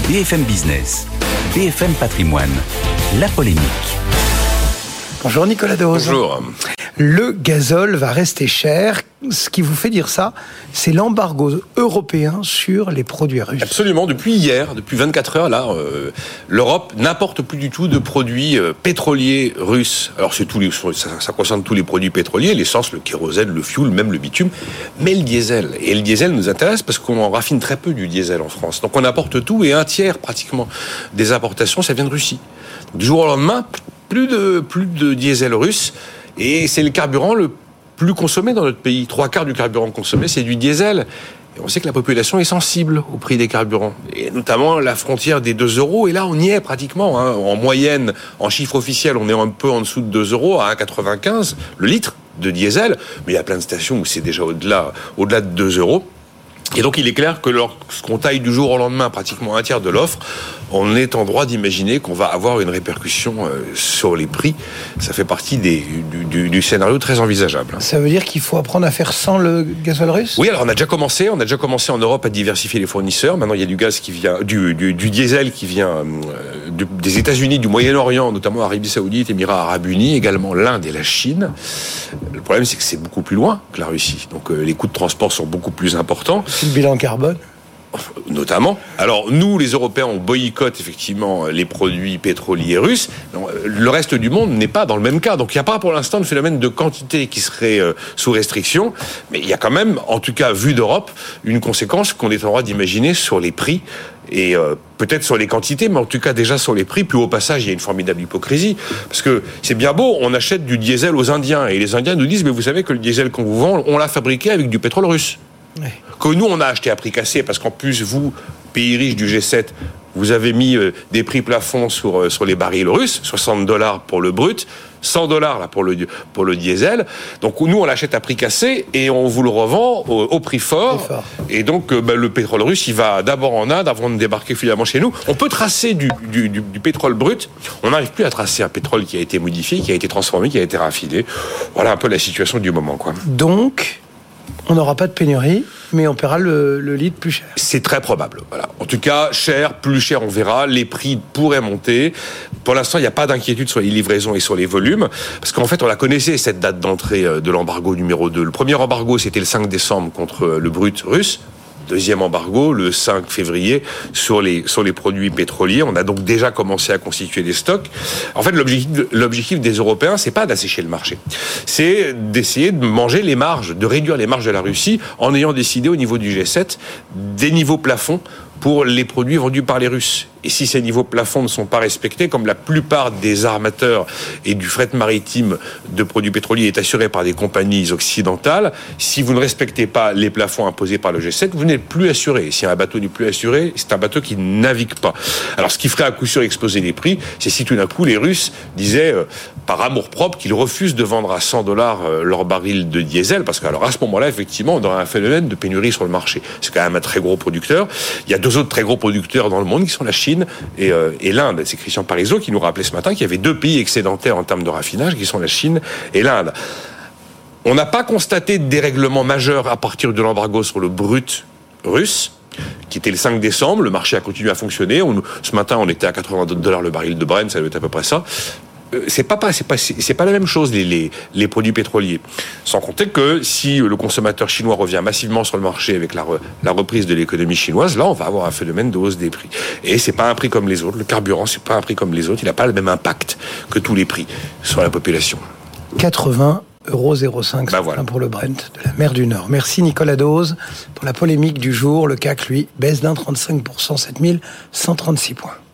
BFM Business, BFM Patrimoine, la polémique. Bonjour Nicolas Dose. Bonjour. Le gazole va rester cher. Ce qui vous fait dire ça, c'est l'embargo européen sur les produits russes. Absolument. Depuis hier, depuis 24 heures, là, l'Europe n'importe plus du tout de produits pétroliers russes. Alors ça concerne tous les produits pétroliers, l'essence, le kérosène, le fioul, même le bitume, mais le diesel. Et le diesel nous intéresse parce qu'on en raffine très peu du diesel en France. Donc on importe tout et un tiers pratiquement des importations, ça vient de Russie. Du jour au lendemain, plus de diesel russe. Et c'est le carburant le plus consommé dans notre pays. 3/4 du carburant consommé, c'est du diesel. Et on sait que la population est sensible au prix des carburants. Et notamment la frontière des 2 euros. Et là, on y est pratiquement. En moyenne, en chiffre officiel, on est un peu en dessous de 2 euros, à 1,95 le litre de diesel. Mais il y a plein de stations où c'est déjà au-delà de 2 euros. Et donc, il est clair que lorsqu'on taille du jour au lendemain pratiquement un tiers de l'offre, on est en droit d'imaginer qu'on va avoir une répercussion sur les prix. Ça fait partie du scénario très envisageable. Ça veut dire qu'il faut apprendre à faire sans le gazole russe ? Oui, alors on a déjà commencé en Europe à diversifier les fournisseurs. Maintenant, il y a du gaz qui vient, du diesel qui vient des États-Unis, du Moyen-Orient, notamment Arabie Saoudite, Émirats Arabes Unis, également l'Inde et la Chine. Le problème, c'est que c'est beaucoup plus loin que la Russie. Donc, les coûts de transport sont beaucoup plus importants. Le bilan carbone ? Notamment. Alors, nous, les Européens, on boycotte effectivement les produits pétroliers russes. Le reste du monde n'est pas dans le même cas. Donc, il n'y a pas pour l'instant le phénomène de quantité qui serait sous restriction. Mais il y a quand même, en tout cas, vu d'Europe, une conséquence qu'on est en droit d'imaginer sur les prix. Et peut-être sur les quantités, mais en tout cas déjà sur les prix. Puis au passage, il y a une formidable hypocrisie. Parce que c'est bien beau, on achète du diesel aux Indiens. Et les Indiens nous disent, mais vous savez que le diesel qu'on vous vend, on l'a fabriqué avec du pétrole russe. Oui. Que nous, on a acheté à prix cassé, parce qu'en plus, vous, pays riche du G7, vous avez mis des prix plafonds sur les barils russes, $60 pour le brut, $100 là pour le diesel. Donc nous, on l'achète à prix cassé et on vous le revend au prix fort. Et donc le pétrole russe, il va d'abord en Inde avant de débarquer finalement chez nous. On peut tracer du pétrole brut. On n'arrive plus à tracer un pétrole qui a été modifié, qui a été transformé, qui a été raffiné. Voilà un peu la situation du moment, quoi. Donc, on n'aura pas de pénurie, mais on paiera le litre plus cher. C'est très probable. Voilà. En tout cas, plus cher, on verra. Les prix pourraient monter. Pour l'instant, il n'y a pas d'inquiétude sur les livraisons et sur les volumes. Parce qu'en fait, on la connaissait, cette date d'entrée de l'embargo numéro 2. Le premier embargo, c'était le 5 décembre contre le brut russe. Deuxième embargo, le 5 février, sur les produits pétroliers. On a donc déjà commencé à constituer des stocks. En fait, l'objectif des Européens, c'est pas d'assécher le marché. C'est d'essayer de manger les marges, de réduire les marges de la Russie en ayant décidé au niveau du G7 des niveaux plafonds pour les produits vendus par les Russes. Et si ces niveaux plafonds ne sont pas respectés, comme la plupart des armateurs et du fret maritime de produits pétroliers est assuré par des compagnies occidentales, si vous ne respectez pas les plafonds imposés par le G7, vous n'êtes plus assuré. Si un bateau n'est plus assuré, c'est un bateau qui ne navigue pas. Alors ce qui ferait à coup sûr exploser les prix, c'est si tout d'un coup les Russes disaient, par amour-propre, qu'ils refusent de vendre à $100 leur baril de diesel, parce qu'alors à ce moment-là, effectivement, on aurait un phénomène de pénurie sur le marché. C'est quand même un très gros producteur. Il y a 2 autres très gros producteurs dans le monde qui sont la Chine et l'Inde. C'est Christian Parizeau qui nous rappelait ce matin qu'il y avait 2 pays excédentaires en termes de raffinage, qui sont la Chine et l'Inde. On n'a pas constaté de dérèglement majeur à partir de l'embargo sur le brut russe, qui était le 5 décembre. Le marché a continué à fonctionner. Ce matin, on était à $80 le baril de Brent, ça doit être à peu près ça. C'est pas la même chose les produits pétroliers. Sans compter que si le consommateur chinois revient massivement sur le marché avec la reprise de l'économie chinoise, là on va avoir un phénomène de hausse des prix. Et c'est pas un prix comme les autres. Le carburant, c'est pas un prix comme les autres. Il n'a pas le même impact que tous les prix sur la population. 80,05 € voilà. Pour le Brent de la mer du Nord. Merci Nicolas Dose pour la polémique du jour. Le CAC, lui, baisse d'1,35%, 7136 points.